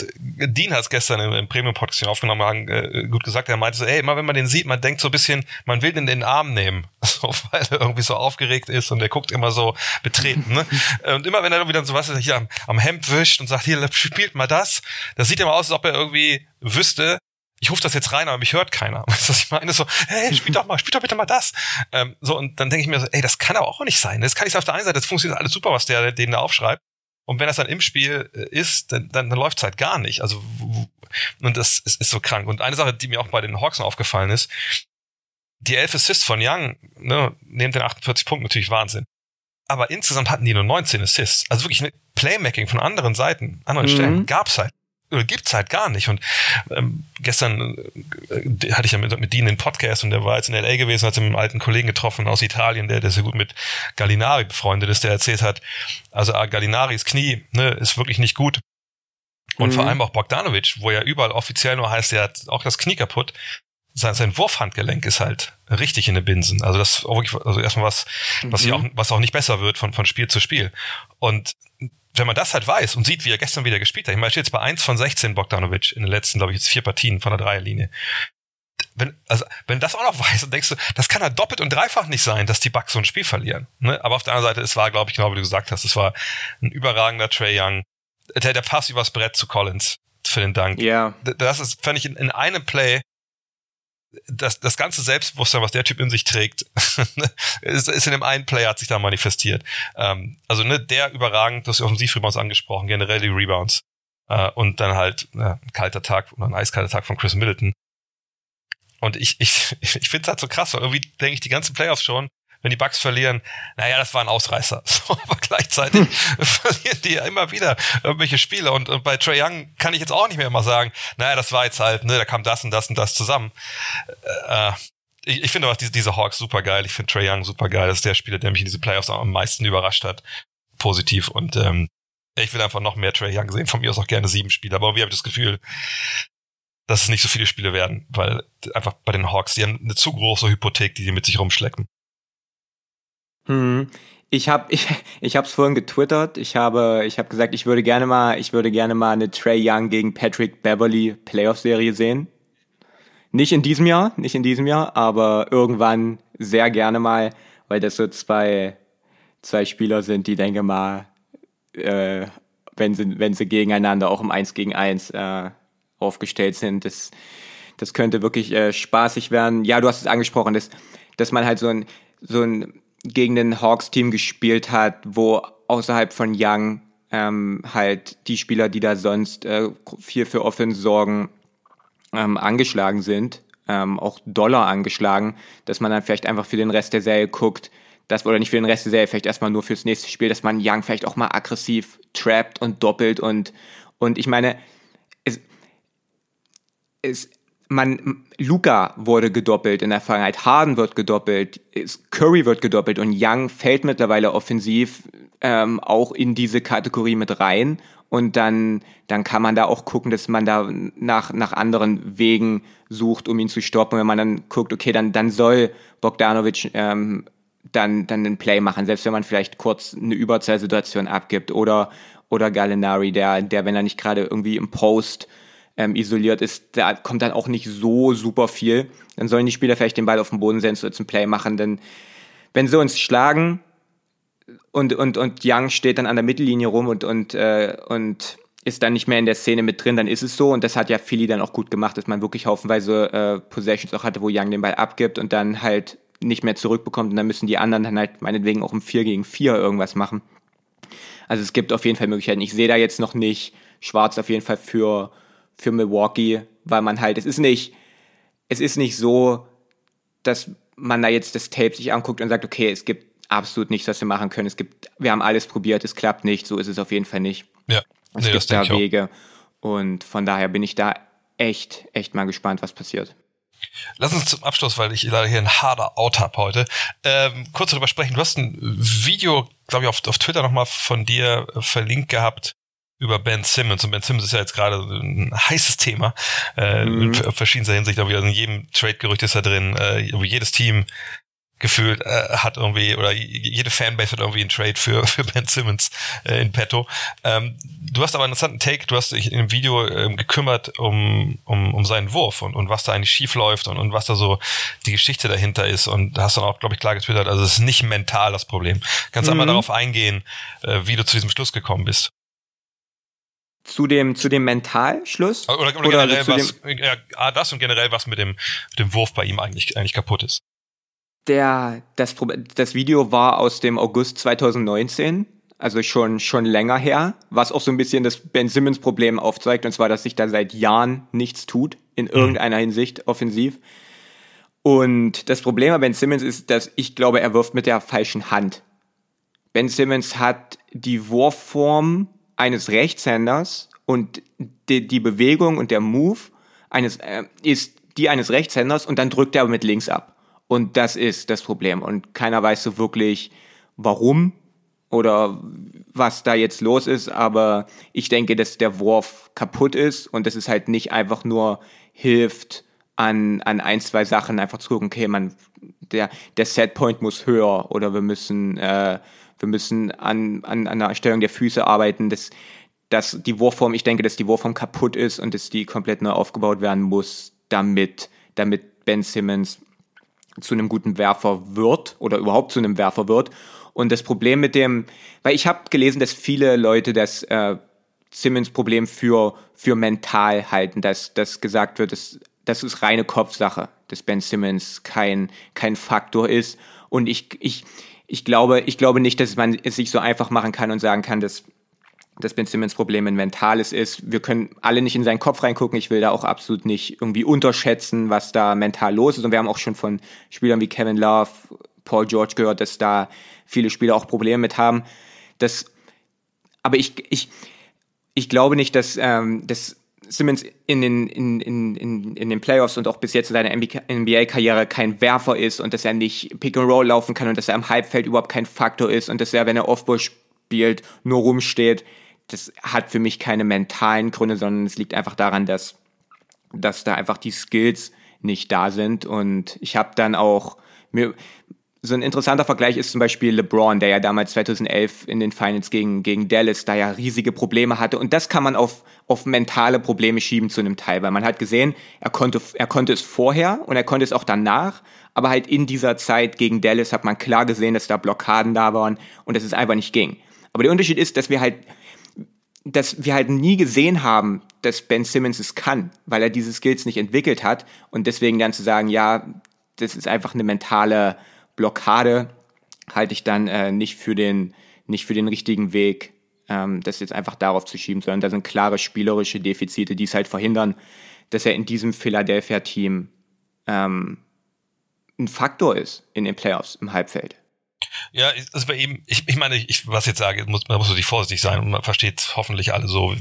Dean hat es gestern im Premium-Podcast aufgenommen, gut gesagt, er meinte so, ey, immer wenn man den sieht, man denkt so ein bisschen, man will den in den Arm nehmen, so, weil er irgendwie so aufgeregt ist und er guckt immer so betreten. Ne? Und immer wenn er wieder so was hier am Hemd wischt und sagt, hier, spielt mal das sieht immer aus, als ob er irgendwie wüsste, ich rufe das jetzt rein, aber mich hört keiner. Weißt du, was ich meine? So, hey, spiel doch bitte mal das. So, und dann denke ich mir so, ey, das kann aber auch nicht sein. Das kann nicht sein. Auf der einen Seite, das funktioniert alles super, was der denen da aufschreibt. Und wenn das dann im Spiel ist, dann läuft es halt gar nicht. Also, und das ist so krank. Und eine Sache, die mir auch bei den Hawks noch aufgefallen ist, die 11 Assists von Young, ne, neben den 48 Punkten natürlich Wahnsinn. Aber insgesamt hatten die nur 19 Assists. Also wirklich eine Playmaking von anderen Seiten, anderen Stellen gibt's halt gar nicht. Und gestern hatte ich ja mit Dean den Podcast und der war jetzt in L.A. gewesen, hat sich mit einem alten Kollegen getroffen aus Italien, der sehr gut mit Gallinari befreundet ist, der erzählt hat, also Gallinaris Knie, ne, ist wirklich nicht gut. Und vor allem auch Bogdanovic, wo ja überall offiziell nur heißt, der hat auch das Knie kaputt. Sein Wurfhandgelenk ist halt richtig in den Binsen. Also das auch wirklich, also erstmal was auch nicht besser wird von Spiel zu Spiel. Und wenn man das halt weiß und sieht, wie er gestern wieder gespielt hat, ich meine, er steht jetzt bei 1 von 16 Bogdanovic in den letzten, glaube ich, jetzt 4 Partien von der Dreierlinie. Wenn das auch noch weiß, dann denkst du, das kann halt doppelt und dreifach nicht sein, dass die Bucks so ein Spiel verlieren. Ne? Aber auf der anderen Seite, es war, glaube ich, genau wie du gesagt hast, es war ein überragender Trae Young. Der Pass übers Brett zu Collins für den Dank. Ja. Das ist, fand ich, in einem Play das ganze Selbstbewusstsein, was der Typ in sich trägt, ist in dem einen Play hat sich da manifestiert. Also ne, der überragend, das Offensiv-Rebounds angesprochen, generell die Rebounds. Und dann halt ein kalter Tag oder ein eiskalter Tag von Chris Middleton. Und ich finde es halt so krass, weil irgendwie denke ich die ganzen Playoffs schon, wenn die Bucks verlieren, naja, das war ein Ausreißer. So, aber gleichzeitig verlieren die ja immer wieder irgendwelche Spiele. Und bei Trae Young kann ich jetzt auch nicht mehr immer sagen, naja, das war jetzt halt, ne, da kam das und das und das zusammen. Ich finde auch diese Hawks super geil. Ich finde Trae Young super geil. Das ist der Spieler, der mich in diese Playoffs am meisten überrascht hat. Positiv. Und Ich will einfach noch mehr Trae Young sehen, von mir aus auch gerne 7 Spiele, aber irgendwie habe ich das Gefühl, dass es nicht so viele Spiele werden, weil einfach bei den Hawks, die haben eine zu große Hypothek, die mit sich rumschleppen. Ich hab's vorhin getwittert. Ich habe gesagt, ich würde gerne mal eine Trae Young gegen Patrick Beverley Playoff-Serie sehen. Nicht in diesem Jahr, aber irgendwann sehr gerne mal, weil das so zwei Spieler sind, die, denke mal, wenn sie gegeneinander auch im 1 gegen 1 aufgestellt sind, das könnte wirklich spaßig werden. Ja, du hast es angesprochen, dass man halt so ein gegen den Hawks-Team gespielt hat, wo außerhalb von Young halt die Spieler, die da sonst viel für Offense sorgen, angeschlagen sind, auch doller angeschlagen, dass man dann vielleicht einfach für den Rest der Serie guckt, oder nicht für den Rest der Serie, vielleicht erstmal nur fürs nächste Spiel, dass man Young vielleicht auch mal aggressiv trappt und doppelt und ich meine, Luka wurde gedoppelt in der Vergangenheit, Harden wird gedoppelt, Curry wird gedoppelt und Young fällt mittlerweile offensiv auch in diese Kategorie mit rein und dann kann man da auch gucken, dass man da nach anderen Wegen sucht, um ihn zu stoppen. Wenn man dann guckt, okay, dann soll Bogdanovic dann einen Play machen, selbst wenn man vielleicht kurz eine Überzahlsituation abgibt oder Gallinari, der wenn er nicht gerade irgendwie im Post isoliert ist, da kommt dann auch nicht so super viel. Dann sollen die Spieler vielleicht den Ball auf den Boden setzen und zum Play machen, denn wenn sie uns schlagen und Young steht dann an der Mittellinie rum und ist dann nicht mehr in der Szene mit drin, dann ist es so und das hat ja Philly dann auch gut gemacht, dass man wirklich haufenweise Possessions auch hatte, wo Young den Ball abgibt und dann halt nicht mehr zurückbekommt und dann müssen die anderen dann halt meinetwegen auch im 4 gegen 4 irgendwas machen. Also es gibt auf jeden Fall Möglichkeiten. Ich sehe da jetzt noch nicht schwarz auf jeden Fall für Milwaukee, weil man halt, es ist nicht so, dass man da jetzt das Tape sich anguckt und sagt, okay, es gibt absolut nichts, was wir machen können. Wir haben alles probiert, es klappt nicht, so ist es auf jeden Fall nicht. Ja, es gibt da Wege und von daher bin ich da echt mal gespannt, was passiert. Lass uns zum Abschluss, weil ich leider hier ein harter Out habe heute, kurz darüber sprechen. Du hast ein Video, glaube ich, auf Twitter nochmal von dir verlinkt gehabt über Ben Simmons. Und Ben Simmons ist ja jetzt gerade ein heißes Thema in verschiedenster Hinsicht. Aber in jedem Trade-Gerücht ist er drin. Jedes Team gefühlt hat irgendwie, oder jede Fanbase hat irgendwie einen Trade für Ben Simmons in petto. Du hast aber einen interessanten Take. Du hast dich in dem Video gekümmert um seinen Wurf und was da eigentlich schief läuft und was da so die Geschichte dahinter ist. Und da hast dann auch, glaube ich, klar getwittert, also es ist nicht mental das Problem. Kannst du einmal darauf eingehen, wie du zu diesem Schluss gekommen bist? Zu dem Mentalschluss? Oder generell das und generell was mit dem Wurf bei ihm eigentlich kaputt ist. Das Video war aus dem August 2019, also schon länger her, was auch so ein bisschen das Ben Simmons Problem aufzeigt, und zwar, dass sich da seit Jahren nichts tut, in irgendeiner Hinsicht offensiv. Und das Problem bei Ben Simmons ist, dass ich glaube, er wirft mit der falschen Hand. Ben Simmons hat die Wurfform eines Rechtshänders und die Bewegung und der Move ist die eines Rechtshänders und dann drückt er aber mit links ab. Und das ist das Problem. Und keiner weiß so wirklich, warum oder was da jetzt los ist. Aber ich denke, dass der Wurf kaputt ist und dass es halt nicht einfach nur hilft, an 1, 2 Sachen einfach zu gucken, okay, der Setpoint muss höher oder wir müssen an der Erstellung der Füße arbeiten, dass die Wurfform, ich denke, dass die Wurfform kaputt ist und dass die komplett neu aufgebaut werden muss, damit Ben Simmons zu einem guten Werfer wird oder überhaupt zu einem Werfer wird. Und das Problem weil ich habe gelesen, dass viele Leute das Simmons-Problem für mental halten, dass gesagt wird, das ist reine Kopfsache, dass Ben Simmons kein Faktor ist. Und ich glaube nicht, dass man es sich so einfach machen kann und sagen kann, dass Ben Simmons Problem ein mentales ist. Wir können alle nicht in seinen Kopf reingucken. Ich will da auch absolut nicht irgendwie unterschätzen, was da mental los ist. Und wir haben auch schon von Spielern wie Kevin Love, Paul George gehört, dass da viele Spieler auch Probleme mit haben. Aber ich glaube nicht, dass Simmons in den Playoffs und auch bis jetzt in seiner NBA-Karriere kein Werfer ist und dass er nicht Pick and Roll laufen kann und dass er im Halbfeld überhaupt kein Faktor ist und dass er, wenn er Offball spielt, nur rumsteht. das hat für mich keine mentalen Gründe, sondern es liegt einfach daran, dass da einfach die Skills nicht da sind. Und ich habe dann auch so ein interessanter Vergleich ist zum Beispiel LeBron, der ja damals 2011 in den Finals gegen Dallas da ja riesige Probleme hatte. Und das kann man auf mentale Probleme schieben zu einem Teil, weil man hat gesehen, er konnte es vorher und er konnte es auch danach, aber halt in dieser Zeit gegen Dallas hat man klar gesehen, dass da Blockaden da waren und dass es einfach nicht ging. Aber der Unterschied ist, dass wir halt nie gesehen haben, dass Ben Simmons es kann, weil er diese Skills nicht entwickelt hat und deswegen dann zu sagen, ja, das ist einfach eine mentale Blockade, halte ich dann nicht für den richtigen Weg, das jetzt einfach darauf zu schieben, sondern da sind klare spielerische Defizite, die es halt verhindern, dass er in diesem Philadelphia-Team ein Faktor ist in den Playoffs im Halbfeld. Ja, also bei ihm, ich meine, was ich jetzt sage, man muss natürlich vorsichtig sein und man versteht hoffentlich alle so.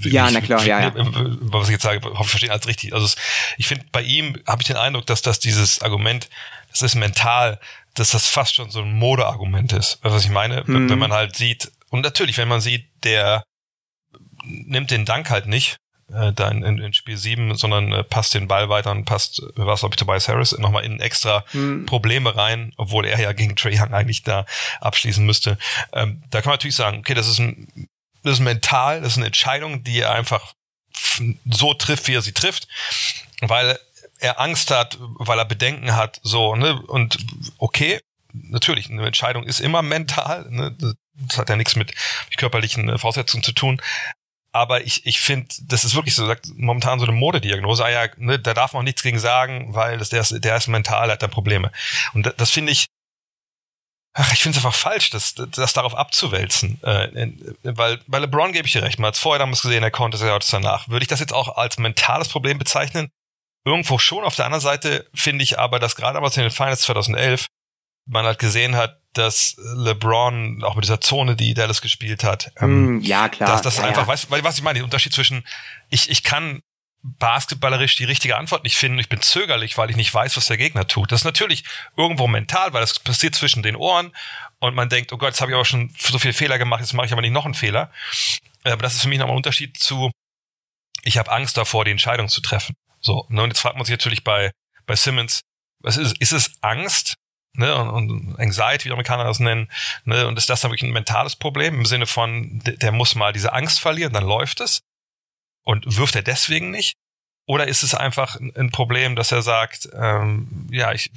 Was ich jetzt sage, verstehen alles richtig. Also ich finde, bei ihm habe ich den Eindruck, dass dieses Argument, das ist mental, dass das fast schon so ein Modeargument ist. Was ich meine, wenn man halt sieht, und natürlich, wenn man sieht, der nimmt den Dank halt nicht, da in Spiel 7, sondern passt den Ball weiter und passt, was glaube ich, Tobias Harris nochmal in extra Probleme rein, obwohl er ja gegen Trae Young eigentlich da abschließen müsste. Da kann man natürlich sagen, okay, das ist mental, das ist eine Entscheidung, die er einfach so trifft, wie er sie trifft, weil er Angst hat, weil er Bedenken hat, so, ne, und okay, natürlich, eine Entscheidung ist immer mental, ne, das hat ja nichts mit körperlichen Voraussetzungen zu tun, aber ich finde, das ist wirklich so, momentan so eine Modediagnose, ne, da darf man auch nichts gegen sagen, weil der ist mental, hat da Probleme. Und das finde ich finde es einfach falsch, das darauf abzuwälzen, weil bei LeBron gebe ich dir recht, man hat es vorher damals gesehen, er konnte es ja jetzt danach. Würde ich das jetzt auch als mentales Problem bezeichnen? Irgendwo schon. Auf der anderen Seite finde ich aber, dass gerade in den Finals 2011 man halt gesehen hat, dass LeBron auch mit dieser Zone, die Dallas gespielt hat, ja klar, dass das einfach, weißt du, was ich meine, der Unterschied zwischen ich kann basketballerisch die richtige Antwort nicht finden, ich bin zögerlich, weil ich nicht weiß, was der Gegner tut. Das ist natürlich irgendwo mental, weil das passiert zwischen den Ohren und man denkt, oh Gott, jetzt habe ich aber schon so viele Fehler gemacht, jetzt mache ich aber nicht noch einen Fehler. Aber das ist für mich nochmal ein Unterschied zu, ich habe Angst davor, die Entscheidung zu treffen. So, ne, und jetzt fragt man sich natürlich bei Simmons, was ist es Angst, ne, und Anxiety, wie die Amerikaner das nennen, ne, und ist das dann wirklich ein mentales Problem im Sinne von, der muss mal diese Angst verlieren, dann läuft es und wirft er deswegen nicht? Oder ist es einfach ein Problem, dass er sagt, ja, ich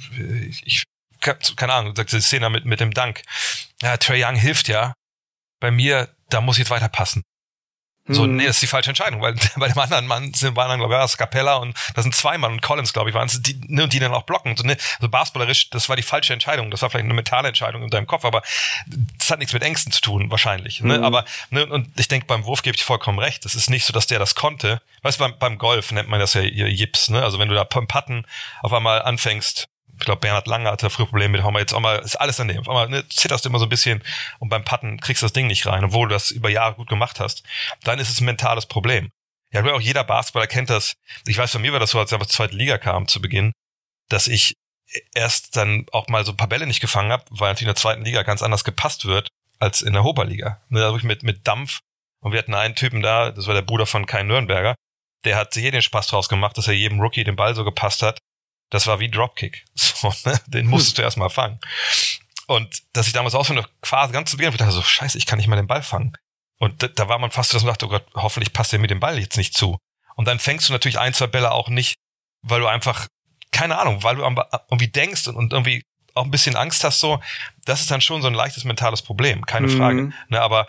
keine Ahnung, sagt die Szene mit dem Dank, ja, Trae Young hilft ja, bei mir, da muss ich jetzt weiter passen. So, nee, das ist die falsche Entscheidung, weil bei dem anderen Mann waren dann, glaube ich, Scapella und da sind 2 Mann und Collins, glaube ich, waren es, die dann auch blocken. So, ne, also basketballerisch, das war die falsche Entscheidung. Das war vielleicht eine mentale Entscheidung in deinem Kopf, aber das hat nichts mit Ängsten zu tun, wahrscheinlich. Ne? Aber, ne, und ich denke, beim Wurf gebe ich vollkommen recht. Das ist nicht so, dass der das konnte. Weißt du, beim Golf nennt man das ja Yips, ne? Also wenn du da beim Putten auf einmal anfängst, ich glaube, Bernhard Langer hatte früher Probleme mit, haben wir jetzt auch mal, ist alles daneben. Auf einmal, ne, zitterst du immer so ein bisschen und beim Putten kriegst du das Ding nicht rein, obwohl du das über Jahre gut gemacht hast. Dann ist es ein mentales Problem. Ja, auch jeder Basketballer kennt das. Ich weiß, bei mir war das so, als ich aus der zweiten Liga kam zu Beginn, dass ich erst dann auch mal so ein paar Bälle nicht gefangen habe, weil natürlich in der zweiten Liga ganz anders gepasst wird als in der Oberliga. Ne, da wirklich mit Dampf. Und wir hatten einen Typen da, das war der Bruder von Kai Nürnberger, der hat sich hier den Spaß draus gemacht, dass er jedem Rookie den Ball so gepasst hat. Das war wie Dropkick. So, ne? Den musstest du erstmal fangen. Und dass ich damals auch so eine Phase ganz zu Beginn, ich dachte so, scheiße, ich kann nicht mal den Ball fangen. Und da war man fast so, dass man dachte, oh Gott, hoffentlich passt der mit dem Ball jetzt nicht zu. Und dann fängst du natürlich 1, 2 Bälle auch nicht, weil du einfach, keine Ahnung, weil du irgendwie denkst und irgendwie auch ein bisschen Angst hast, so. Das ist dann schon so ein leichtes mentales Problem, keine Frage. Ne, aber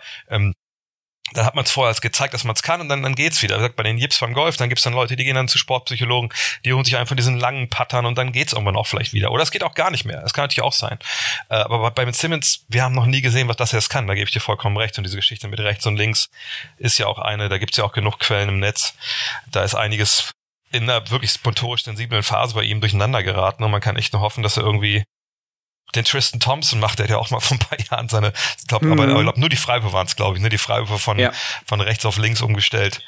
dann hat man es vorher gezeigt, dass man es kann und dann geht's wieder. Wie gesagt, bei den Yips beim Golf, dann gibt's dann Leute, die gehen dann zu Sportpsychologen, die holen sich einfach diesen langen Pattern und dann geht's irgendwann auch vielleicht wieder. Oder es geht auch gar nicht mehr. Das kann natürlich auch sein. Aber bei Simmons, wir haben noch nie gesehen, was das jetzt kann. Da gebe ich dir vollkommen recht. Und diese Geschichte mit rechts und links ist ja auch eine, da gibt's ja auch genug Quellen im Netz. Da ist einiges in einer wirklich motorisch sensiblen Phase bei ihm durcheinander geraten und man kann echt nur hoffen, dass er irgendwie den Tristan Thompson macht, der hat ja auch mal vor ein paar Jahren seine, ich glaube, aber ich glaube, nur die Freiwürfe waren es, glaube ich, ne, die Freiwürfe von rechts auf links umgestellt.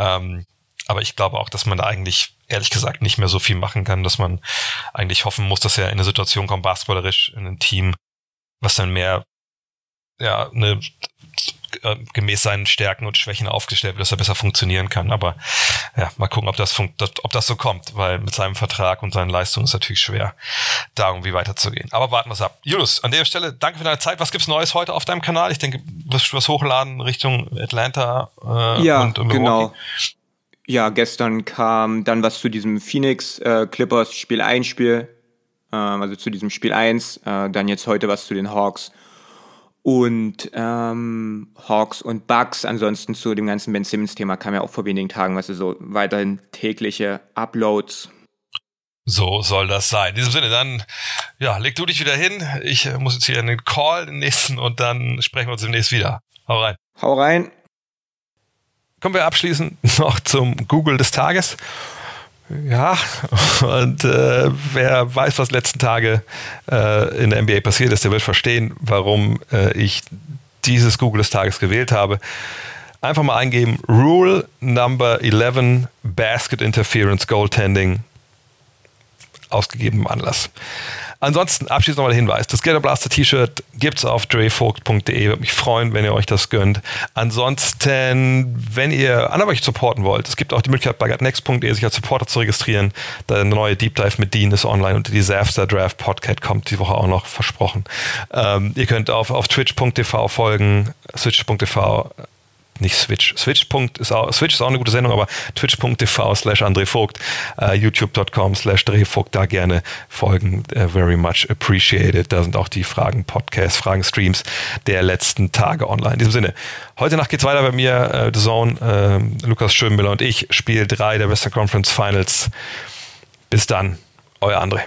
Aber ich glaube auch, dass man da eigentlich, ehrlich gesagt, nicht mehr so viel machen kann, dass man eigentlich hoffen muss, dass er in eine Situation kommt, basketballerisch in ein Team, was dann mehr, ja, eine gemäß seinen Stärken und Schwächen aufgestellt wird, dass er besser funktionieren kann. Aber ja, mal gucken, ob das so kommt, weil mit seinem Vertrag und seinen Leistungen ist es natürlich schwer, da irgendwie weiterzugehen. Aber warten wir es ab. Julius, an der Stelle danke für deine Zeit. Was gibt's Neues heute auf deinem Kanal? Ich denke, du wirst was hochladen Richtung Atlanta und Milwaukee. Genau. Ja, gestern kam dann was zu diesem Phoenix Clippers Spiel 1 Spiel, also zu diesem Spiel 1, dann jetzt heute was zu den Hawks und Hawks und Bucks. Ansonsten zu dem ganzen Ben Simmons Thema kam ja auch vor wenigen Tagen, was so weiterhin tägliche Uploads. So soll das sein. In diesem Sinne, dann leg du dich wieder hin. Ich muss jetzt hier einen Call, den nächsten, und dann sprechen wir uns demnächst wieder. Hau rein. Hau rein. Kommen wir abschließend noch zum Google des Tages. Ja, und wer weiß, was letzten Tage in der NBA passiert ist, der wird verstehen, warum ich dieses Google des Tages gewählt habe. Einfach mal eingeben, Rule Number 11, Basket Interference Goaltending, ausgegebenem Anlass. Ansonsten abschließend nochmal der Hinweis, das Ghetto Blaster T-Shirt gibt's auf drevogt.de. Würde mich freuen, wenn ihr euch das gönnt. Ansonsten, wenn ihr anderweitig supporten wollt, es gibt auch die Möglichkeit bei gutnext.de sich als Supporter zu registrieren. Der neue Deep Dive mit Dean ist online und die Disaster Draft Podcast kommt die Woche auch noch, versprochen. Ihr könnt auf twitch.tv folgen, switch.tv, nicht Switch. Switch ist auch eine gute Sendung, aber twitch.tv/AndreVogt, youtube.com/DrehVogt, da gerne folgen. Very much appreciated. Da sind auch die Fragen, Podcasts, Fragen, Streams der letzten Tage online. In diesem Sinne, heute Nacht geht's weiter bei mir, The Zone, Lukas Schönmüller und ich, Spiel 3 der Western Conference Finals. Bis dann, euer André.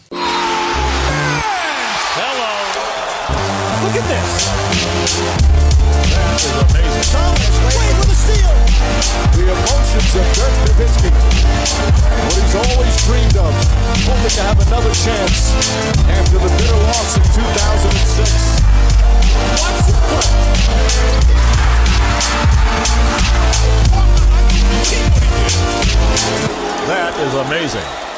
Hello. Look at this. That is amazing. Thomas Wade with a steal. The emotions of Dirk Nowitzki. What he's always dreamed of. Hoping to have another chance after the bitter loss in 2006. Watch this play. That is amazing.